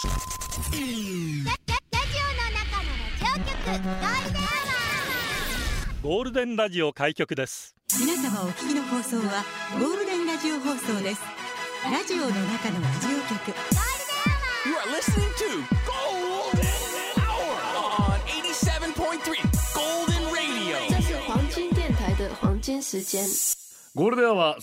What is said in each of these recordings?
ゴールデンラジオ開局です。 皆様お聞きの放送はゴールデンラジオ放送です。ラジオの中のラジオ局 You are listening to Golden Hour on 87.3 Golden Radio。 这是黄金電台的黄金時間。 ゴールデンは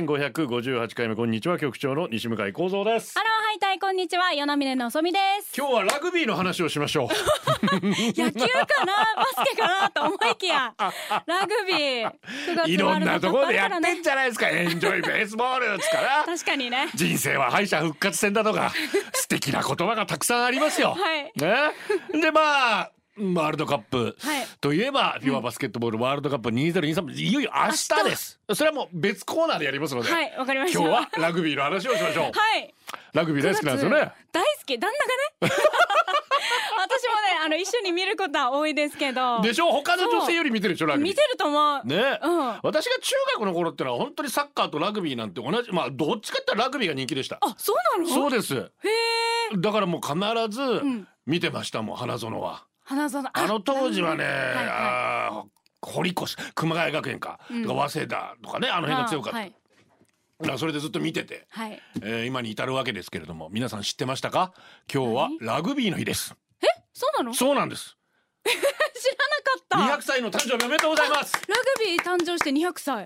3558回目。こんにちは、局長の西向井光三です。 ハロー、ハイタイ、こんにちは、与那嶺のぞみです。 今日はラグビーの話をしましょう。 野球かな、バスケかなと思いきやラグビー。 いろんなところでやってんじゃないですか。エンジョイベースボールですから確かにね、 人生は敗者復活戦だとか素敵な言葉がたくさんありますよ、 はいね、でまあワールドカップ、 はい、 といえばフィババスケットボールワールドカップ2023、いよいよ明日です。それはもう別コーナーでやりますので、 はい、わかりました。 今日はラグビーの話をしましょう。 はい、 ラグビー大好きなんですよね。 大好き、旦那がね私もね、一緒に見ることは多いですけど。 でしょ、他の女性より見てるでしょ、ラグビー。 見てると思うね、 うん、 私が中学の頃ってのは本当にサッカーとラグビーなんて同じ、まあどっちかって言ったらラグビーが人気でした。 あ、そうなの？ そうです。 へー。 だからもう必ず見てましたもん、花園は。 花園、 あの当時はね、 はいはい、 堀越、熊谷学園か、とか早稲田とかね、あの辺が強かった、はい、だからそれでずっと見てて、はい、今に至るわけですけれども、皆さん知ってましたか？今日はラグビーの日です。 え、そうなの？そうなんです知らなかった。 200歳の誕生日おめでとうございます。 ラグビー誕生して200歳。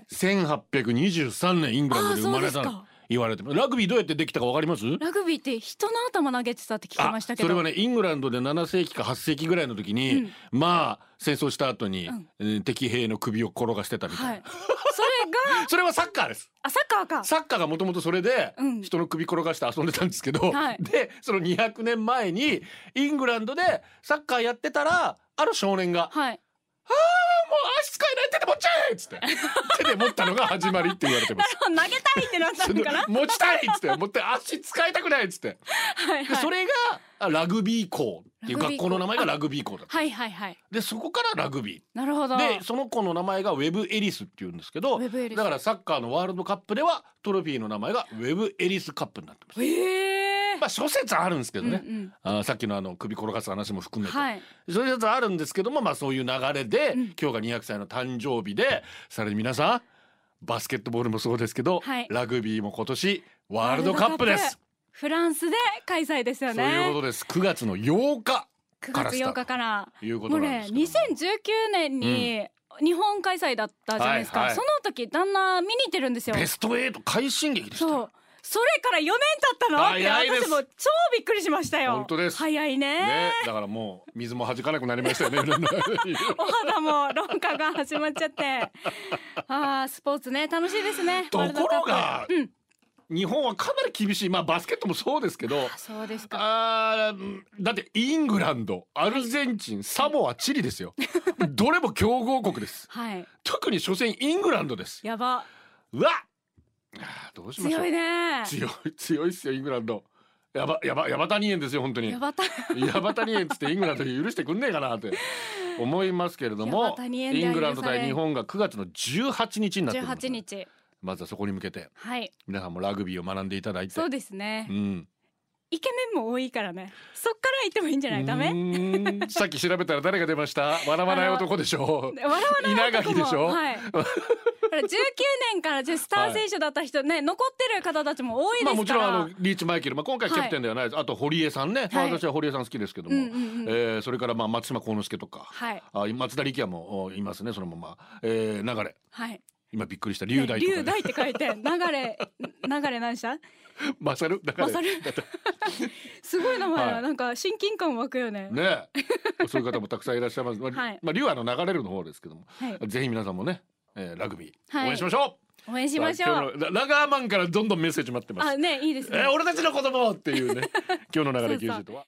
1823年イングランドで生まれたの言われて、ラグビーどうやってできたか分かります？ラグビーって人の頭投げてたって聞きましたけど。 それはね、イングランドで7世紀か8世紀ぐらいの時に、まあ戦争した後に、敵兵の首を転がしてたみたいな、はい、それはサッカーです。 あ、サッカーか。 サッカーがもともとそれで、人の首転がして遊んでたんですけど、はい、でその200年前にイングランドでサッカーやってたら、ある少年が、はい、もう足使えない、手で持っちゃえっつって手で持ったのが始まりって言われてます投げたいってなったのかな持ちたいっつって持って、足使いたくないっつってはい、はい、でそれがラグビー校っていう学校の名前がラグビー校だった。はいはいはい。でそこからラグビー。 なるほど。 でその子の名前がウェブ・エリスっていうんですけど、だからサッカーのワールドカップではトロフィーの名前がウェブ・エリスカップになってます。まあ諸説あるんですけどね、さっきの首転がす話も含めて、はい、そういう説あるんですけども、まあそういう流れで、今日が200歳の誕生日で、さらに皆さんバスケットボールもそうですけど、はい、ラグビーも今年ワールドカップです。 フランスで開催ですよね。 そういうことです。9月の8日から 9月8日からいうことなんですけども、 もうね、2019年に、日本開催だったじゃないですか、はいはい、その時旦那見に行ってるんですよ。 ベスト8快進撃でした。 そう、それから4年経ったのって私も超びっくりしましたよ。 本当です。 早い ね。 だからもう水も弾かなくなりましたよねお肌も老化が始まっちゃってスポーツね、楽しいですね。 ところが、日本はかなり厳しい。まあバスケットもそうですけど、 そうですか。 だってイングランド、アルゼンチン、サモア、チリですよどれも強豪国です、はい、特に初戦イングランドです。 やば。 うわどうしましょう。 強いね。 強いっすよイングランド。ヤバタニエンですよ本当に。ヤバタニエンつってイングランド許してくんねえかなって思いますけれども、イングランド対日本が9月の18日になっています。18日。まずはそこに向けて、はい、皆さんもラグビーを学んでいただいて。 そうですね、イケメンも多いからね、そっから行ってもいいんじゃない？ダメ？ さっき調べたら誰が出ました？笑わない男でしょ。稲垣でしょ。はい。 19年からスター選手だった人ね、残ってる方たちも多いですから。 もちろんリーチマイケル、今回キャプテンではないです、あと堀江さんね、私は堀江さん好きですけども、それから松島幸之助とか、松田力也もいますね、そのまま。流れ、今びっくりした、龍大とか、 龍大って書いて流れ何した？ マサルすごい名前だ、なんか親近感湧くよね。 ねそういう方もたくさんいらっしゃいます。まあ龍は流れるの方ですけども、ぜひ皆さんもね、ラグビー応援しましょう。応援しましょう。 ラガーマンからどんどんメッセージ待ってます。 ね、いいですね。 俺たちの子供っていうね今日の流れ90とは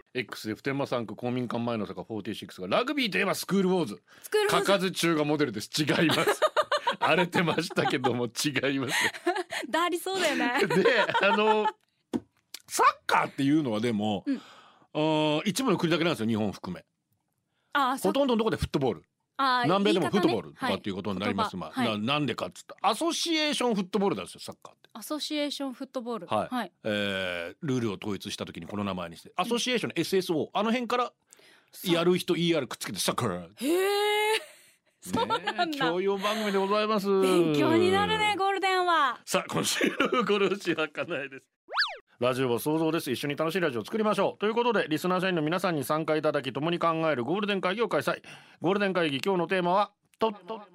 XF 天満3区公民館前の坂46がラグビーといえばスクールウォーズ、かかず中がモデルです。違います荒れてましたけども違いますだりそうだよねでサッカーっていうのはでも、一部の国だけなんですよ、日本含め。ほとんどのところでフットボール。 南米でもフットボールとかはいっていうことになります。まあ、 はいなんでかっつったアソシエーションフットボールなんですよ、サッカーって。 アソシエーションフットボール。 はいはい。 ルールを統一した時にこの名前にしてアソシエーション SSO あの辺からやる人 ER くっつけてサッカー。 へえ。そうなんだ。 教養番組でございます。 勉強になるね、ゴールデンは。 さあ今週のゴルフシはかないです。ラジオは想像です。一緒に楽しいラジオを作りましょうということで、リスナー社員の皆さんに参加いただき共に考えるゴールデン会議を開催。ゴールデン会議、今日のテーマは取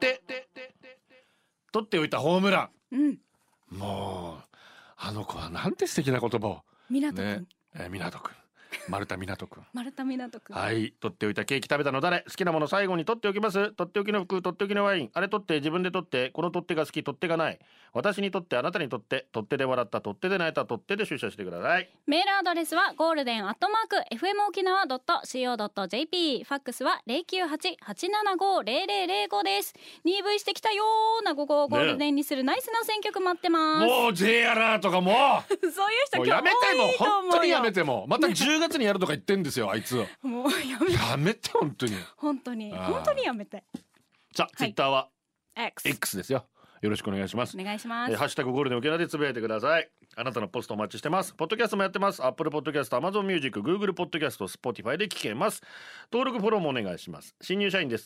っておいたホームラン。 うん。 もうあの子はなんて素敵な言葉を港くん。 ね、港くん、丸田港くん。 丸太港くん。 はい、取っておいたケーキ食べたの誰？好きなもの最後に取っておきます。取っておきの服、取っておきのワイン、あれ取って自分で取って、この取っ手が好き、取っ手がない、私にとってあなたにとって、取っ手で笑った、取っ手で泣いた、取っ手で出社してください。 メールアドレスはゴールデン@fmokinawa.co.jp、ファックスは098-875-0005です。2V してきたよーな午後をゴールデンにするナイスな選曲待ってます。 もう J アラーとかもうそういう人もう今日やめて、もう多いと思うよ。 本当にやめて、もうまた10月にやるとか言ってんですよあいつ。 もうやめて本当に。 本当にあー本当にやめて。 さあ、ツイッターは X X ですよ。よろしくお願いします。 お願いします。 ハッシュタグゴールデン沖縄でつぶやいてください。あなたのポストお待ちしてます。ポッドキャストもやってます。Apple Podcast、Amazon Music、Google Podcast、Spotify で聞けます。登録フォローもお願いします。新入社員です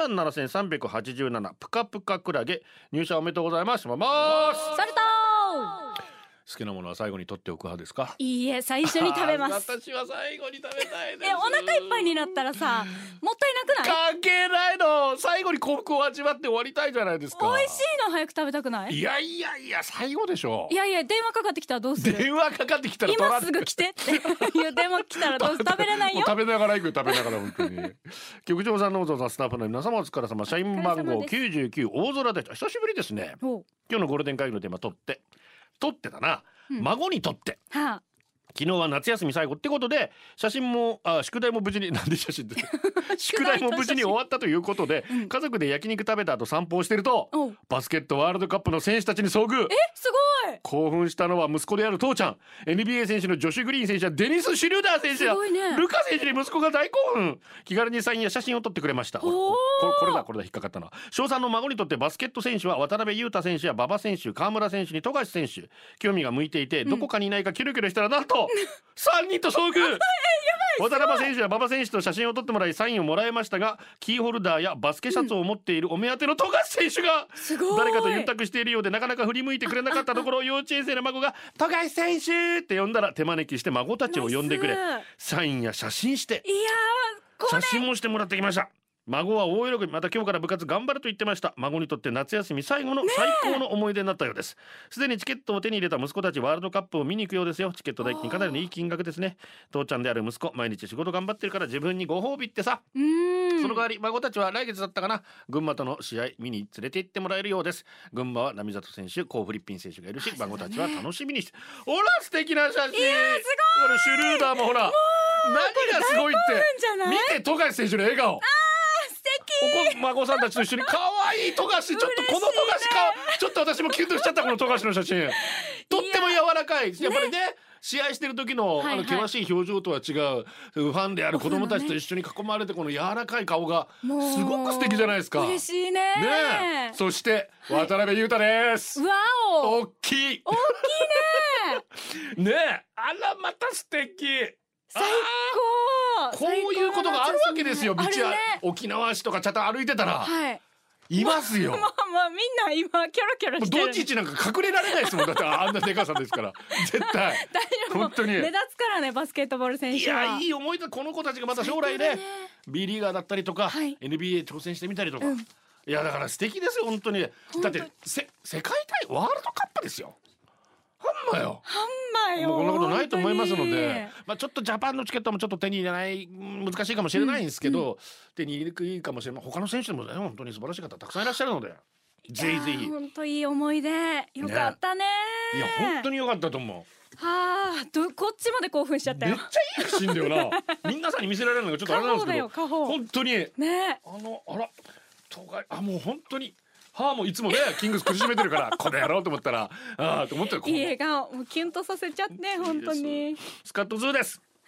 。17,387ぷかぷかクラゲ入社おめでとうございます。まますサルト好きなものは最後に取っておく派ですか？ ー。いいえ、最初に食べます。 私は最後に食べたいです。 お腹いっぱいになったらさ、もったいなくない？ 関係ないの。最後に幸福を味わって終わりたいじゃないですか。 美味しいの早く食べたくない？ いや最後でしょ。 いやいや、電話かかってきたらどうする？ 電話かかってきたら取られ今すぐ来てっていう電話来たらどうする？食べれないよ。 もう食べながら行く、食べながら本当に局長さんのお父さん、スタッフの皆様お疲れ様。社員番号99大空で久しぶりですね。 ほう。 今日のゴールデン会議のテーマ取ってだな、孫にとって。 はあ。 昨日は夏休み最後ってことで写真も宿題も無事になんで写真って宿題も無事に終わったということで、家族で焼肉食べた後散歩をしていると、 おうバスケットワールドカップの選手たちに遭遇。 すごい。 興奮したのは息子である父ちゃん。 NBA 選手のジョシュ・グリーン選手やデニス・シュルーダー選手やすごいねルカ選手に息子が大興奮。気軽にサインや写真を撮ってくれました。 おーこれだ引っかかったな。小3の孫にとってバスケット選手は渡辺裕太選手や馬場選手、河村選手に富樫選手、興味が向いていて、どこかにいないかキョロキョロしたらなんと3人と遭遇渡辺選手や馬場選手と写真を撮ってもらいサインをもらいましたが、キーホルダーやバスケシャツを持っているお目当ての富樫選手がすごい。 誰かとゆったくしているようでなかなか振り向いてくれなかったところ幼稚園生の孫が富樫選手って呼んだら手招きして孫たちを呼んでくれ、 ナイサインや写真していやー、こ写れ真もしてもらってきました。孫は大喜び。また今日から部活頑張ると言ってました。孫にとって夏休み最後の最高の思い出になったようです。すでにチケットを手に入れた息子たち、ワールドカップを見に行くようですよ。チケット代金かなりのいい金額ですね。父ちゃんである息子、毎日仕事頑張ってるから自分にご褒美ってさ。その代わり孫たちは来月だったかな、群馬との試合見に連れて行ってもらえるようです。群馬は並里選手、コー・フリッピン選手がいるし、孫たちは楽しみにして。ほら素敵な写真。 いやー、すごい。 これシュルーダーもほら何がすごいってじゃない？ 見て富樫選手の笑顔。 素敵。 孫さんたちと一緒に可愛い富樫、ちょっとこの富�asiか、ちょっと私もキュンとしちゃったこの富樫の写真。とっても柔らかい。やっぱりね、試合してる時のはいはい険しい表情とは違うファンである子供たちと一緒に囲まれてこの柔らかい顔がすごく素敵じゃないですか。 嬉しいね。 ねえ。そして渡辺裕太です。 わお。 大きい。 大きいね。 ねえ、あらまた素敵。 最高。 こういうことがあるわけですよ。道はあるね。 沖縄市とかちゃんと歩いてたらはい。 いますよ。 まあみんな今キョロキョロしてる。 どっちちなんか隠れられないですもん。だってあんなでかさですから絶対。 大丈夫。 本当に目立つからね、バスケットボール選い手は。 やいい思い出。この子たちがまた将来ね B リーガーだったりとか、 はい NBA 挑戦してみたりとか、いやだから素敵ですよ本当に。だって世界大ワールドカップですよ。ほんまよ。 ハンマーよ。 もうこんなことないと思いますの本当にで、まあ、ちょっとジャパンのチケットもちょっと手に入れない難しいかもしれないんですけど、手に入れにくいかもしれない。他の選手でもね本当に素晴らしい方たくさんいらっしゃるので、ぜひぜひ。 本当いい思い出。よかったね。 いや本当に良かったと思う。 はあ、こっちまで興奮しちゃったよ。 めっちゃいいシーンだよな。皆さんに見せられるのがちょっとあれなんですけど、 家宝本当にね。 あらもう本当に歯もいつもねキングス苦しめてるからこの野郎と思ったらと思ったらいい笑顔、もうキュンとさせちゃって本当に。 スカットズーです。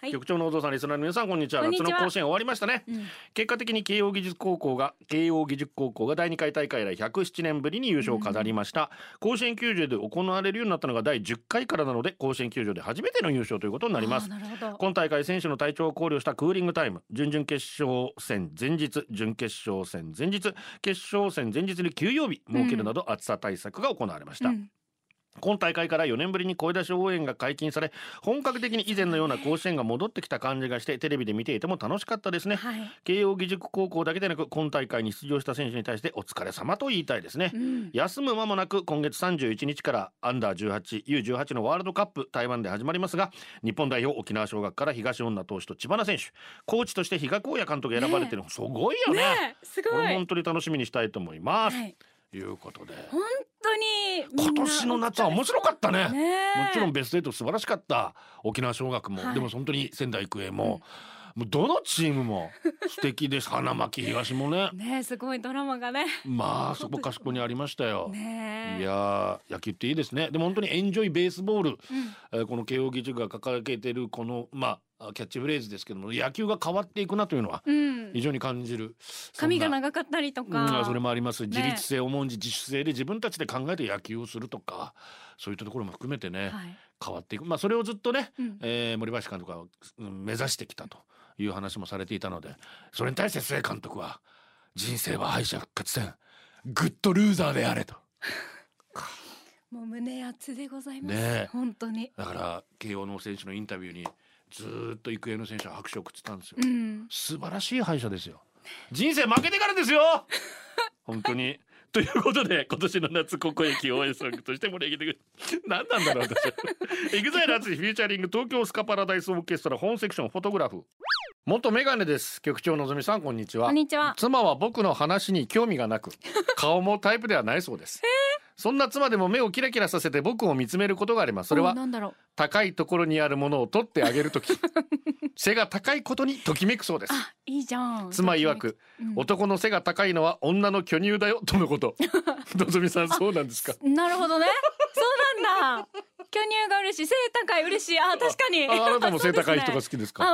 はい、 局長の小僧さん、リスナーの皆さん、こんにちは。夏の甲子園終わりましたね、結果的に慶応義塾高校が第2回大会以来107年ぶりに優勝を飾りました、甲子園球場で行われるようになったのが第10回からなので、甲子園球場で初めての優勝ということになります。今大会選手の体調を考慮したクーリングタイム、準々決勝戦前日、準決勝戦前日、決勝戦前日に休養日設けるなど暑さ対策が行われました、今大会から4年ぶりに声出し応援が解禁され、本格的に以前のような甲子園が戻ってきた感じがして、テレビで見ていても楽しかったですね、慶応義塾高校だけでなく、今大会に出場した選手に対してお疲れ様と言いたいですね、休む間もなく今月31日からアンダー18、U18 のワールドカップ台湾で始まりますが、日本代表沖縄尚学から東恩納投手と知花選手、コーチとして比嘉公也監督が選ばれてるの、すごいよね。 すごい。 これ本当に楽しみにしたいと思います、いうことで、 本当に今年の夏は面白かったね。もちろんベスト8素晴らしかった。沖縄尚学も、でも本当に仙台育英も、もうどのチームも素敵です。花巻東もねすごいドラマがね、 まあそこかしこにありましたよ。いや野球っていいですね。でも本当にエンジョイベースボール、この慶応義塾が掲げているこのキャッチフレーズですけども、野球が変わっていくなというのは非常に感じる、 髪が長かったりとか、 それもあります。自立性、重んじ自主性で自分たちで考えて野球をするとか、そういったところも含めてね、変わっていく、それをずっとね、森林監督は目指してきたという話もされていたので、それに対して須江監督は、人生は敗者復活戦、グッドルーザーであれともう胸熱でございます、本当に。だから慶応の選手のインタビューにずっと育英の選手は拍手を送ってたんですよ、素晴らしい敗者ですよ。人生負けてからですよ本当に。ということで、今年の夏高校野球応援ソングとして盛り上げてくる何なんだろう私エグザイル淳フィーチャリング東京スカパラダイスオーケストラ本セクションフォトグラフ。元メガネです。局長のぞみさん、こんにちは。 こんにちは。 妻は僕の話に興味がなく顔もタイプではないそうですそんな妻でも目をキラキラさせて僕を見つめることがあります。それは高いところにあるものを取ってあげるとき背が高いことにときめくそうです。 いいじゃん。 妻曰く、男の背が高いのは女の巨乳だよとのことのぞみさん、そうなんですか？ なるほどねそうなんだ巨乳が嬉しい、背高い嬉しい。確かに。 あなたも背高い人が好きですか？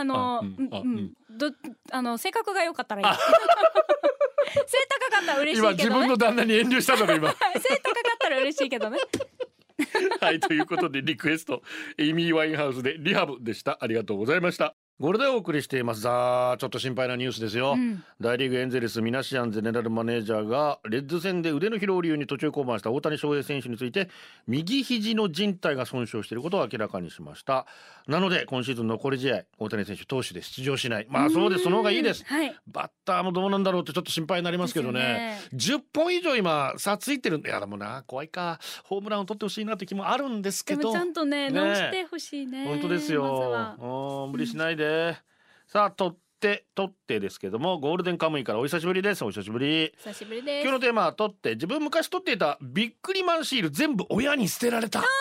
性格が良かったらいい背高かったら嬉しいけどね。 今自分の旦那に遠慮したの今背高かったら嬉しいけどねはい、ということでリクエストエイミー・ワインハウスでリハブでした。ありがとうございました。これでお送りしています。ちょっと心配なニュースですよ、大リーグエンゼルスミナシアンゼネラルマネージャーがレッズ戦で腕の疲労を理由に途中降板した大谷翔平選手について、右肘の靭帯が損傷していることを明らかにしました。なので今シーズン残り試合、大谷選手投手で出場しない。そうです、その方がいいです、バッターもどうなんだろうってちょっと心配になりますけどね。10本以上今差ついてるんで、でもな、怖いか、ホームランを取ってほしいなって気もあるんですけど、 でもちゃんとね直してほしいね。 本当ですよ、無理しないで、さあ取ってですけども、ゴールデンカムイからお久しぶりです。お久しぶり。 久しぶりです。 今日のテーマは取って、自分昔取っていたビックリマンシール全部親に捨てられた。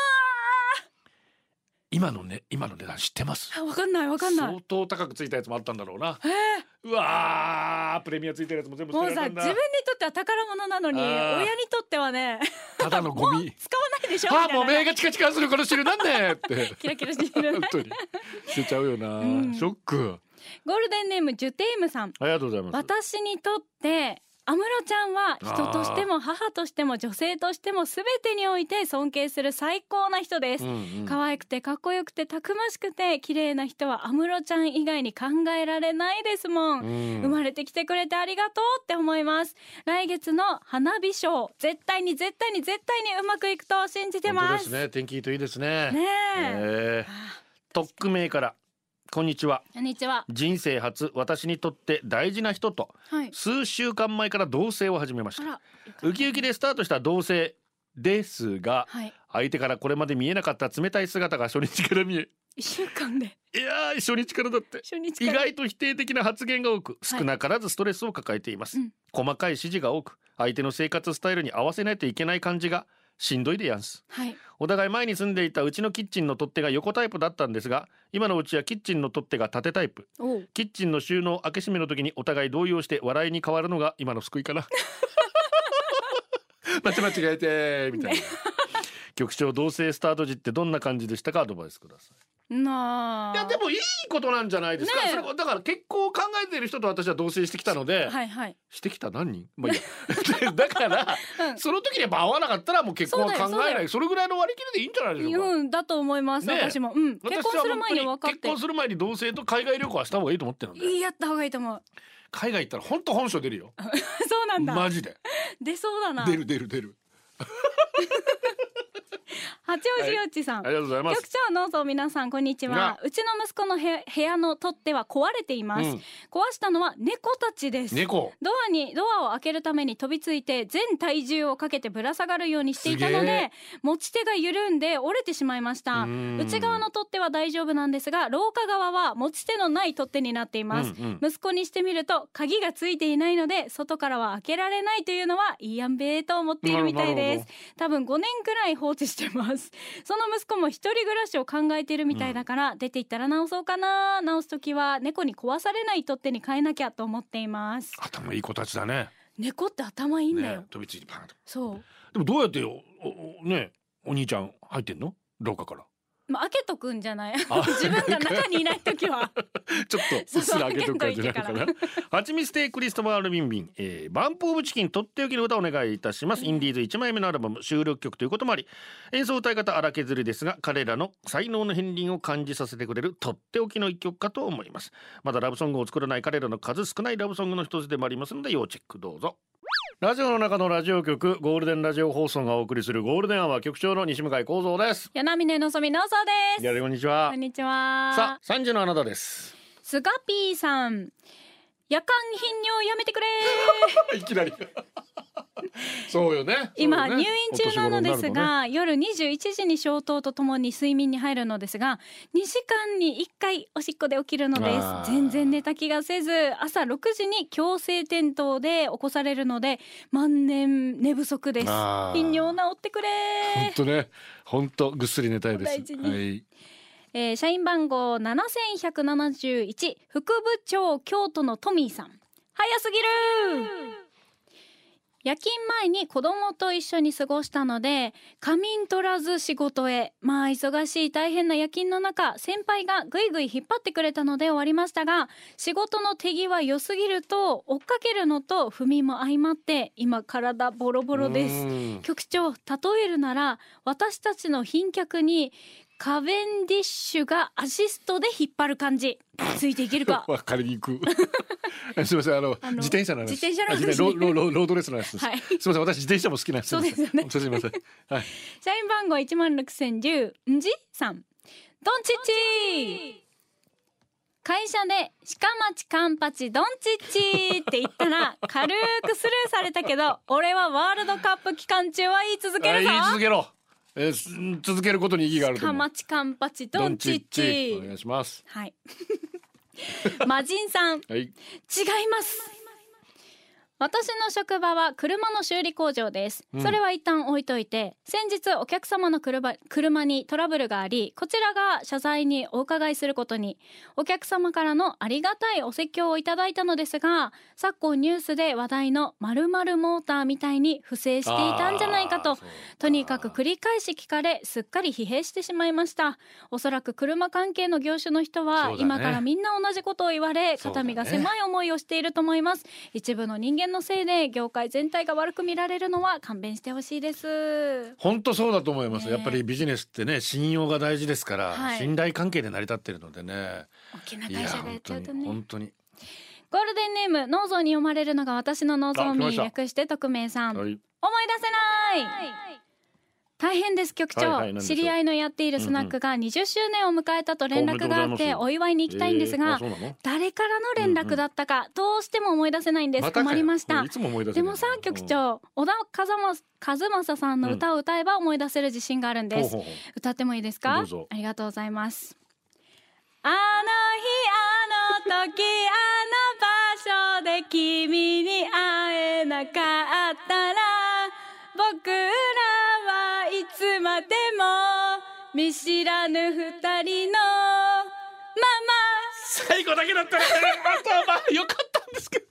今の値段知ってます？ わかんない相当高くついたやつもあったんだろうな。うわー、プレミアついてるやつも全部捨てられたんだ。 もうさ、自分にとっては宝物なのに親にとってはねただのゴミ使わないでしょみたいな。 もう目がチカチカするこの汁なんでってキラキラしてる本当に捨てちゃうよな、ショック。 ゴールデンネームジュテイムさん、 ありがとうございます。 私にとって安室ちゃんは人としても母としても女性としても全てにおいて尊敬する最高な人です、可愛くてかっこよくてたくましくて綺麗な人は安室ちゃん以外に考えられないですもん、生まれてきてくれてありがとうって思います。来月の花火ショー絶対にうまくいくと信じてます。 本当ですね、天気いいといいですね。 ね特区名からこんにちは。 こんにちは。 人生初、私にとって大事な人と、数週間前から同棲を始めました。ウキウキでスタートした同棲ですが、相手からこれまで見えなかった冷たい姿が初日から見え、 1週間で、 いやー初日からだって意外と否定的な発言が多く、少なからずストレスを抱えています、細かい指示が多く、相手の生活スタイルに合わせないといけない感じがしんどいでやんす、お互い前に住んでいたうちのキッチンの取っ手が横タイプだったんですが、今のうちはキッチンの取っ手が縦タイプ。キッチンの収納開け閉めの時にお互い動揺して笑いに変わるのが今の救いかな間違えてみたいな局長、同棲スタート時ってどんな感じでしたか？アドバイスください。 ないやでもいいことなんじゃないですか、それだから結婚を考えている人と私は同棲してきたので、 はいはい、 してきた何人、まあいいやだから、その時にやっぱ合わなかったらもう結婚は考えない、それぐらいの割り切りでいいんじゃないでしょうか。 だと思います、私も、結婚する前に分かって、 結婚する前に同棲と海外旅行はした方がいいと思ってるので、 やった方がいいと思う。 海外行ったら本当本性出るよそうなんだ、 マジで出そうだな。 出る八王子よっちさん、 ありがとうございます。 局長どうぞ皆さんこんにちは。うちの息子の部屋の取っ手は壊れています、壊したのは猫たちです。ドアを開けるために飛びついて全体重をかけてぶら下がるようにしていたので、持ち手が緩んで折れてしまいました。内側の取っ手は大丈夫なんですが、廊下側は持ち手のない取っ手になっています、息子にしてみると鍵がついていないので外からは開けられないというのはいいやんべーと思っているみたいです。多分5年くらい放置してます。その息子も一人暮らしを考えているみたいだから、出て行ったら直そうかな。直すときは猫に壊されない取っ手に変えなきゃと思っています。 頭いい子たちだね。 猫って頭いいんだよ、 飛びついてパンと。 そうでもどうやってお兄ちゃん入ってんの、廊下から。 開けとくんじゃない。自分が中にいないときはちょっとうっすら開けとく感じなのかな。はちみつ亭クリストファールビンビン、バンプオブチキンとっておきの歌をお願いいたします。インディーズ1枚目のアルバム収録曲ということもあり、演奏歌い方荒削りですが、彼らの才能の片鱗を感じさせてくれるとっておきの一曲かと思います。まだラブソングを作らない彼らの数少ないラブソングの一つでもありますので要チェックどうぞ。ラジオの中のラジオ局、ゴールデンラジオ放送がお送りするゴールデンアワー、局長の西向井光三です。 柳峰のぞみのぞです。 こんにちは。 こんにちは。 さあ3時のあなたです。 スガピーさん、夜間頻尿やめてくれいきなりそうよね。 今入院中なのですが、夜21時に消灯とともに睡眠に入るのですが、2時間に1回おしっこで起きるのです。全然寝た気がせず、朝6時に強制転倒で起こされるので万年寝不足です。頻尿治ってくれ。 本当ね、本当ぐっすり寝たいです。 大事に。社員番号7171、副部長京都のトミーさん、早すぎる。夜勤前に子供と一緒に過ごしたので仮眠取らず仕事へ。まあ忙しい大変な夜勤の中、先輩がぐいぐい引っ張ってくれたので終わりましたが、仕事の手際良すぎると追っかけるのと踏みも相まって今体ボロボロです。局長、例えるなら私たちの賓客にカベンディッシュがアシストで引っ張る感じ。ついていけるか分かりにくすみません、自転車の話、ロードレースの話です、はい、すみません、私自転車も好きなんです。 そうですよね。 すみません、はい、 社員番号16010んじさん、ドンチッチ。会社で鹿町カンパチドンチッチって言ったら軽くスルーされたけど、俺はワールドカップ期間中は言い続けるぞ。 言い続けろ。続けることに意義があると思う。 鹿町カンパチドンチッチ、 お願いします。 はいマジンさん、 はい、 違います。私の職場は車の修理工場です、それは一旦置いといて、先日お客様の車にトラブルがあり、こちらが謝罪にお伺いすることに。お客様からのありがたいお説教をいただいたのですが、昨今ニュースで話題の〇〇モーターみたいに不正していたんじゃないかと、とにかく繰り返し聞かれ、すっかり疲弊してしまいました。おそらく車関係の業種の人は、今からみんな同じことを言われ、肩身が狭い思いをしていると思います。一部の人間のせいで業界全体が悪く見られるのは勘弁してほしいです。 本当そうだと思います、やっぱりビジネスってね、信用が大事ですから、信頼関係で成り立ってるのでね。 大きな会社がやっちゃうとね。 本当にゴールデンネームノーゾーに読まれるのが私のノーゾーミー、略して匿名さん、思い出せない、大変です局長、知り合いのやっているスナックが20周年を迎えたと連絡があってお祝いに行きたいんですが、誰からの連絡だったかどうしても思い出せないんです。困りました。でもさ局長、小田和正さんの歌を歌えば思い出せる自信があるんです。歌ってもいいですか？ありがとうございます。あの日あの時あの場所で君に会えなかったら、僕らはいつまでも見知らぬ二人のまま。 最後だけだったらよかったんですけど、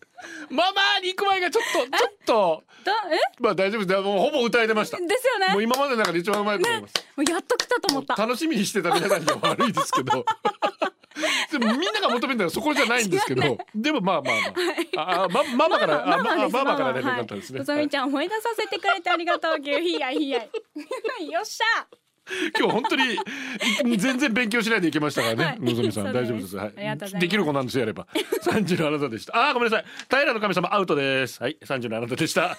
ママに行く前がちょっとまあ大丈夫です。もうほぼ歌えてましたですよね。 もう今までの中で一番うまいと思います、 もうやっと来たと思った。 楽しみにしてた皆さんには悪いですけどでもみんなが求めたのはそこじゃないんですけど、でもママからママから連絡だったんですね。 のぞみちゃん思い出させてくれてありがとう。ひやよっしゃ。 今日本当に全然勉強しないでいけましたからね、のぞみさん大丈夫です。できる子なんですよ、やれば。30のあなたでした。ごめんなさい、平の神様アウトです。はい、30のあなたでした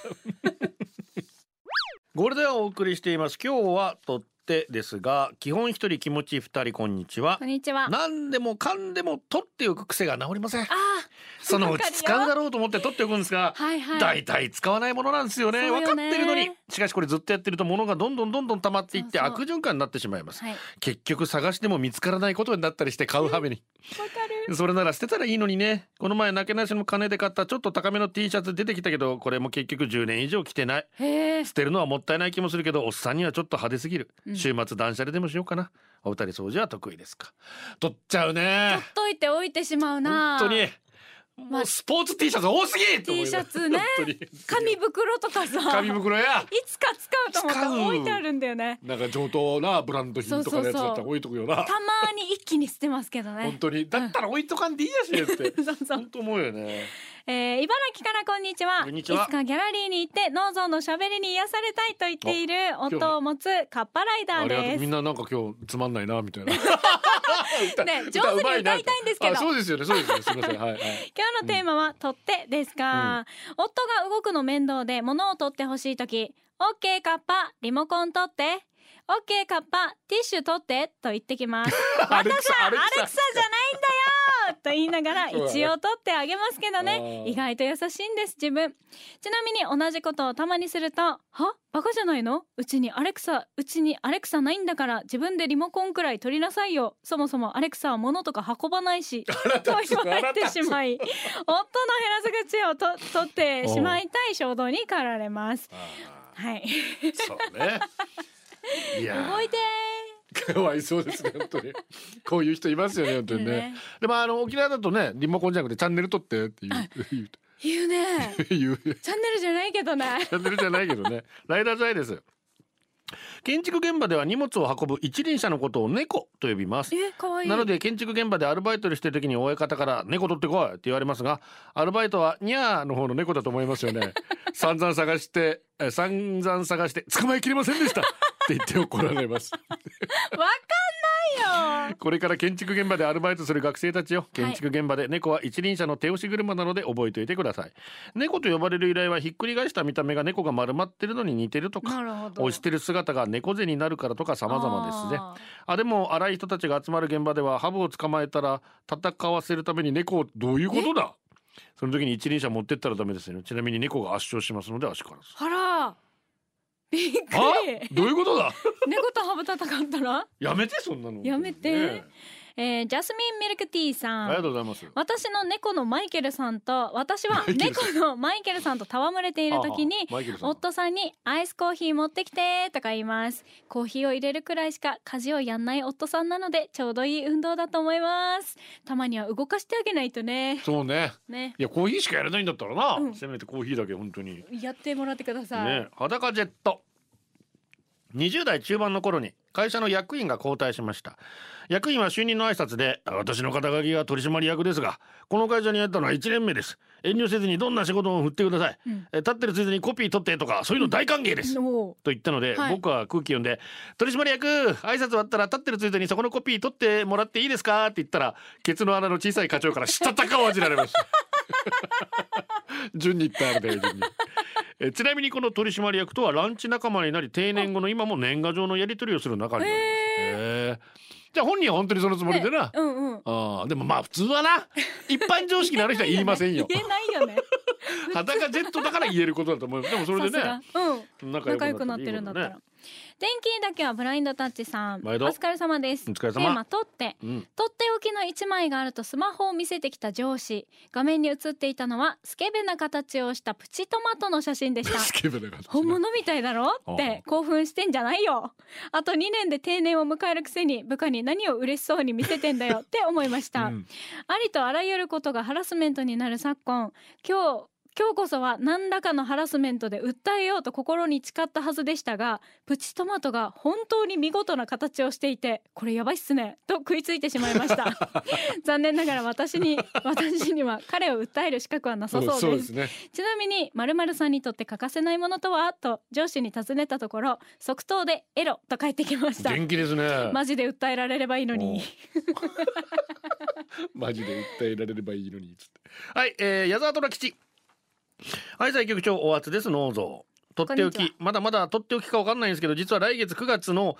ゴールデンをお送りしています。今日はとってですが、基本一人気持ち二人、こんにちは。 こんにちは。 何でもかんでも取っておく癖が治りません。そのうち使うだろうと思って取っておくんですが、だいたい使わないものなんですよね。分かってるのに。しかしこれずっとやってると物がどんどん溜まっていって悪循環になってしまいます。結局探しても見つからないことになったりして買う羽目に。それなら捨てたらいいのにね。この前なけなしの金で買ったちょっと高めの T シャツ出てきたけど、これも結局10年以上着てない。捨てるのはもったいない気もするけど、おっさんにはちょっと派手すぎる。週末断捨離でもしようかな。お二人掃除は得意ですか？取っちゃうね。 取っといておいてしまうな。 本当にもうスポーツ T シャツ多すぎ。 T シャツね、紙袋とかさ、 紙袋やいつか使うと思って置いてあるんだよね。 なんか上等なブランド品とかのやつだったら置いとくよな。 たまに一気に捨てますけどね。 本当にだったら置いとかんでいいやしって本当思うよね。 茨城からこんにちは。いつかギャラリーに行ってノーゾーのしゃべりに癒されたいと言っている夫を持つカッパライダーです。 みんななんか今日つまんないなみたいなね、 上手に歌いたいんですけど。 そうですよね、そうですよね、すみません。今日のテーマは取ってですが、夫が動くの面倒で物を取ってほしいとき、オッケーカッパリモコン取って、オッケーカッパティッシュ取ってと言ってきます。アレクサじゃないんだよと言いながら一応取ってあげますけどね、意外と優しいんです自分。ちなみに同じことをたまにすると、はバカじゃないの、うちにアレクサないんだから自分でリモコンくらい取りなさいよ、そもそもアレクサは物とか運ばないしと言われてしまい、夫の減らす口を取ってしまいたい衝動に駆られます。はいそうねいや動いてかわいそうですね、本当にこういう人いますよね、本当にね。でも沖縄だとね、リモコンじゃなくてチャンネル取ってって言うね言うチャンネルじゃないけどねチャンネルじゃないけどねライダーズアイです。建築現場では荷物を運ぶ一輪車のことを猫と呼びます。 かわいい。 なので建築現場でアルバイトをしている時に親方から猫取ってこいって言われますが、アルバイトはニャーの方の猫だと思いますよね散々探して捕まえきれませんでしたって言って怒られますわかんないよ。 これから建築現場でアルバイトする学生たちよ、建築現場で猫は一輪車の手押し車なので覚えておいてください。猫と呼ばれる由来はひっくり返した見た目が猫が丸まってるのに似てるとか、押してる姿が猫背になるからとか様々ですね。でも荒い人たちが集まる現場ではハブを捕まえたら戦わせるために猫を、どういうことだ、その時に一輪車持ってったらダメですよね。ちなみに猫が圧勝しますので足からず。 あらびっくり。 どういうことだ猫とハブ戦ったらやめて、そんなのやめて、ジャスミンミルクティーさん、 ありがとうございます。 私の猫のマイケルさんと私は猫のマイケルさんと戯れている時に夫さんにアイスコーヒー持ってきてとか言います。コーヒーを入れるくらいしか家事をやんない夫さんなのでちょうどいい運動だと思います。たまには動かしてあげないとね。 そうね。いやコーヒーしかやれないんだったらな、せめてコーヒーだけ本当にやってもらってくださいね。 裸ジェット。20代中盤の頃に会社の役員が交代しました。役員は就任の挨拶で、私の肩書きは取締役ですがこの会社にやったのは1年目です。遠慮せずにどんな仕事も振ってください、立ってるついでにコピー取ってとかそういうの大歓迎です、と言ったので、僕は空気読んで、取締役挨拶終わったら立ってるついでにそこのコピー取ってもらっていいですかって言ったら、ケツの穴の小さい課長からしたたかを味られました順に言ったあれで順にちなみにこの取締役とはランチ仲間になり、定年後の今も年賀状のやり取りをする仲になります。じゃあ本人は本当にそのつもりでな、でもまあ普通はな一般常識のある人は言いませんよ言えないよね裸ジェットだから言えることだと思います。でもそれでね、 仲良くなってるんだったら。天気だけはブラインドタッチさん、お疲れ様です。 お疲れ様。 テーマ取って、取って置きの1枚があるとスマホを見せてきた上司、画面に映っていたのはスケベな形をしたプチトマトの写真でしたスケベな形、 本物みたいだろって興奮してんじゃないよ。あと2年で定年を迎えるくせに部下に何を嬉しそうに見せてんだよって思いました、ありとあらゆることがハラスメントになる昨今、 今日こそは何らかのハラスメントで訴えようと心に誓ったはずでしたが、プチトマトが本当に見事な形をしていて、これやばいっすねと食いついてしまいました残念ながら私には彼を訴える資格はなさそうです。 そうですね。 ちなみに〇〇さんにとって欠かせないものとはと上司に尋ねたところ、即答でエロと返ってきました。 元気ですね。 マジで訴えられればいいのにマジで訴えられればいいのにつって。はい、矢沢虎吉。はい、局長お初です。ノーゾーとっておき、まだまだとっておきか分かんないんですけど、実は来月9月の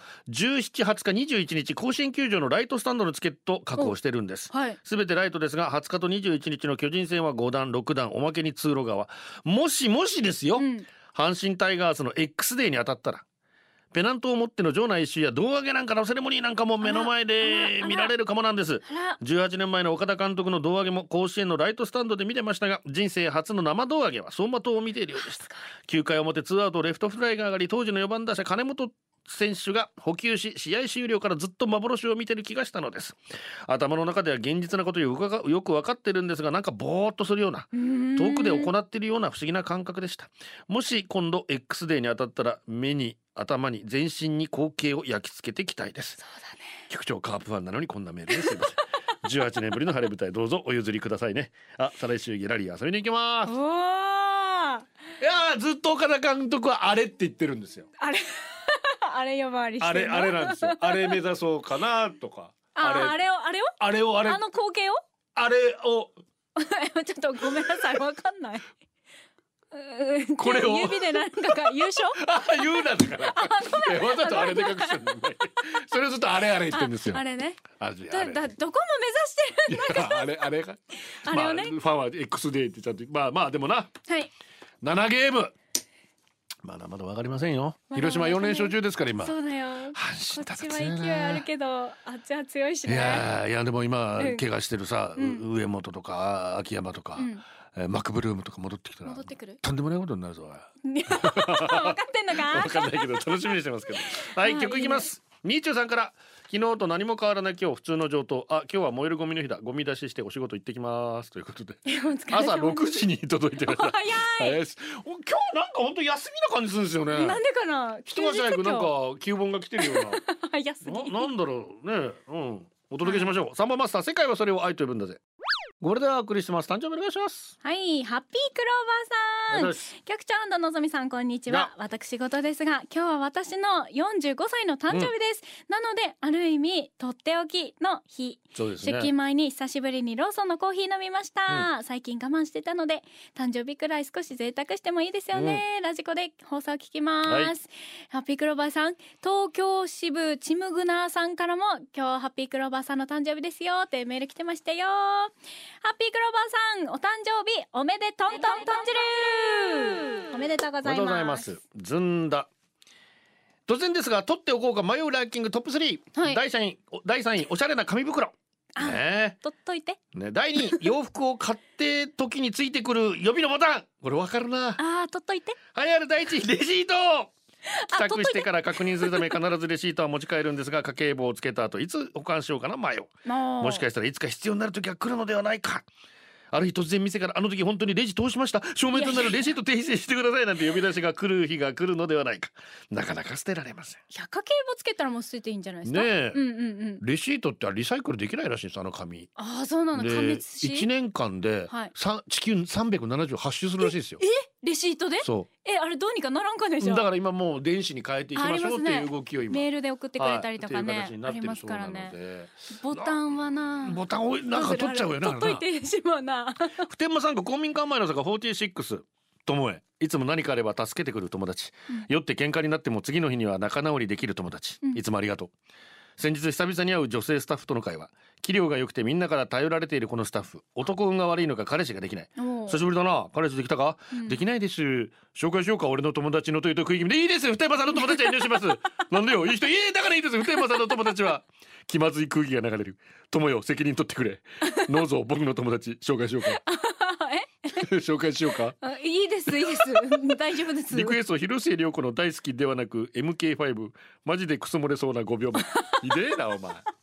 17、20日、21日甲子園球場のライトスタンドのチケット確保してるんです。すべてライトですが、20日と21日の巨人戦は5段6段、おまけに通路側。もしですよ、阪神タイガースの X デーに当たったらペナントを持っての場内一周や胴上げなんかのセレモニーなんかも目の前で見られるかもなんです。18年前の岡田監督の胴上げも甲子園のライトスタンドで見てましたが、人生初の生胴上げは走馬灯を見ているようです。9回表2アウトレフトフライが上がり、当時の4番打者金本選手が捕球し、試合終了からずっと幻を見てる気がしたのです。頭の中では現実なことよく分かってるんですが、なんかぼーっとするような、遠くで行っているような不思議な感覚でした。もし今度 X デーに当たったら、目に頭に全身に光景を焼き付けていきたいです。そうだね。局長カープファンなのにこんなメールですいません18年ぶりの晴れ舞台、どうぞお譲りくださいね。再来週ギャラリー遊びに行きます。いやずっと岡田監督はあれって言ってるんですよ。 あれ呼ばわりしてるの。 あれなんですよ。あれ目指そうかなとか。あれをあの光景をあれをちょっとごめんなさい、わかんない。 これを指でなんか優勝言うなんだからわざとあれで隠してるのねそれをずっとあれ言ってるんですよ。 あれね。どこも目指してるんだからあれをね、ファンは X デーってちゃんとまあでもな、7ゲームまだまだ分かりませんよ。広島4連勝中ですから今。 そうだよ。 阪神こっちは勢いあるけど、あっちは強いしね。 いやでも今怪我してるさ、上本とか秋山とか、マクブルームとか戻ってきたらとんでもないことになるぞ。 分かってんのか。 分かんないけど楽しみにしてますけど。はい、曲いきます。みーちゅうさんから。昨日と何も変わらない今日普通の上等。今日は燃えるゴミの日だ。ゴミ出ししてお仕事行ってきますということで朝6時に届いてました。早いです。今日なんか本当休みな感じするんですよね。 なんでかな。 一足早くなんか旧本が来てるような早すぎ。 なんだろうね。お届けしましょう。サンバマスター、世界はそれを愛と呼ぶんだぜ。これではお送りします。誕生日お願いします。 はい、ハッピークローバーさん、局長&のぞみさん、こんにちは。私事ですが、今日は私の45歳の誕生日です。なのである意味とっておきの日。そうですね。出勤前に久しぶりにローソンのコーヒー飲みました。最近我慢してたので誕生日くらい少し贅沢してもいいですよね。ラジコで放送を聞きます。ハッピークローバーさん、東京支部チムグナーさんからも今日ハッピークローバーさんの誕生日ですよってメール来てましたよ。ハッピークローバーさん、お誕生日おめでとんとんとんじる。おめでとうございます。 ずんだ。突然ですが取っておこうか迷うランキングトップ3、第3位おしゃれな紙袋取っといて、 第2位洋服を買って時についてくる予備のボタン。これわかるな。 取っといて。 はい、ある第1位レシート。帰宅してから確認するため必ずレシートは持ち帰るんですが、家計簿をつけた後いつ保管しようかな迷う。もしかしたらいつか必要になる時が来るのではないか。ある日突然店からあの時本当にレジ通しました、証明となるレシート訂正してくださいなんて呼び出しが来る日が来るのではないか。なかなか捨てられません。 家計簿つけたらもう捨てていいんじゃないですかね。レシートってリサイクルできないらしいんです、あの紙。 そうなの。加熱し 1年間で、地球378周するらしいですよ。 レシートで。あれどうにかならんかでしょ。 だから今もう電子に変えていきましょうっていう動きを今メールで送ってくれたりとかね、ありますからね。ボタンはボタンをなんか取っちゃうよな。取っといてしまうな。 普天間産区公民館前の坂46友え、いつも何かあれば助けてくる友達、酔って喧嘩になっても次の日には仲直りできる友達、いつもありがとう。先日久々に会う女性スタッフとの会話。器量が良くてみんなから頼られているこのスタッフ、男運が悪いのか彼氏ができない。久しぶりだな、彼氏できたか。できないです。紹介しようか、俺の友達のというと食い気味で。いいです、普天間さんの友達は遠慮しますなんでよ、いい人。だからいいです、普天間さんの友達は。気まずい空気が流れる。友よ、責任取ってくれ。どうぞ僕の友達紹介しようか紹介しようか。 いいですいいです大丈夫です。 リクエスト広末涼子の大好きではなく MK5 マジでクソ漏れそうな5秒前ひでえなお前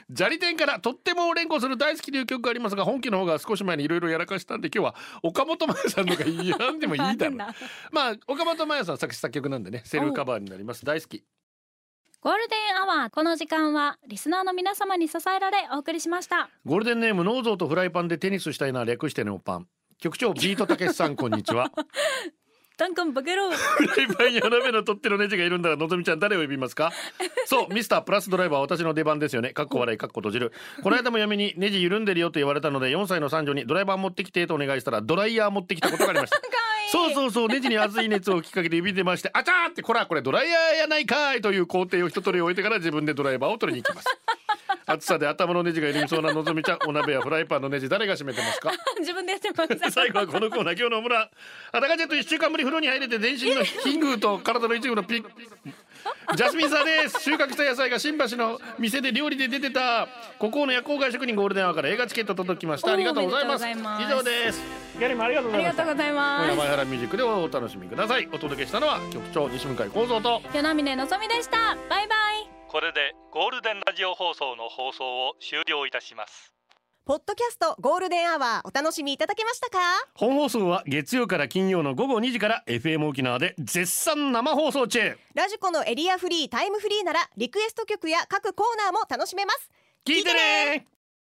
砂利店からとっても連呼する大好きという曲がありますが、本家の方が少し前にいろいろやらかしたんで、今日は岡本真也さんのが言わんでもいいだろうまあ岡本真也さん作詞作曲なんでね、セルフカバーになります。大好き。 ゴールデンアワー、この時間はリスナーの皆様に支えられお送りしました。 ゴールデンネームノーゾーとフライパンでテニスしたいな、略してねおパン。局長ビートたけしさんこんにちは。 ダンカンバケロー。 フライパンや鍋の取っ手のネジがいるんだら、のぞみちゃん誰を呼びますか？そうミスタープラスドライバー、私の出番ですよね。かっこ笑いかっこ閉じる。この間も嫁にネジ緩んでるよと言われたので、4歳の三女にドライバー持ってきてとお願いしたら、ドライヤー持ってきたことがありました。そうネジに熱い熱をきっかけて指で回して、あちゃーって、これドライヤーやないかいという工程を一通り終えてから自分でドライバーを取りに行きます。暑さで頭のネジが緩みそうなのぞみちゃん、お鍋やフライパンのネジ誰が閉めてますか？ 自分でやってます。 最後はこのコーナー、今日のオムラ裸ジェット1週間ぶり風呂に入れて全身の皮膚と体の一部のジャスミンさんです。収穫した野菜が新橋の店で料理で出てた。ここの夜光外食にゴールデンアワーから映画チケット届きました。ありがとうございます。以上です。ギャリーもありがとうございました。 ありがとうございます。 今夜前原ミュージックでお楽しみください。お届けしたのは局長西向井光三と与那嶺のぞみでした。バイバイ。 これでゴールデンラジオ放送の放送を終了いたします。 ポッドキャストゴールデンアワー、お楽しみいただけましたか？ 本放送は月曜から金曜の午後2時から FM 沖縄で絶賛生放送中。 ラジコのエリアフリータイムフリーならリクエスト曲や各コーナーも楽しめます。 聞いてね。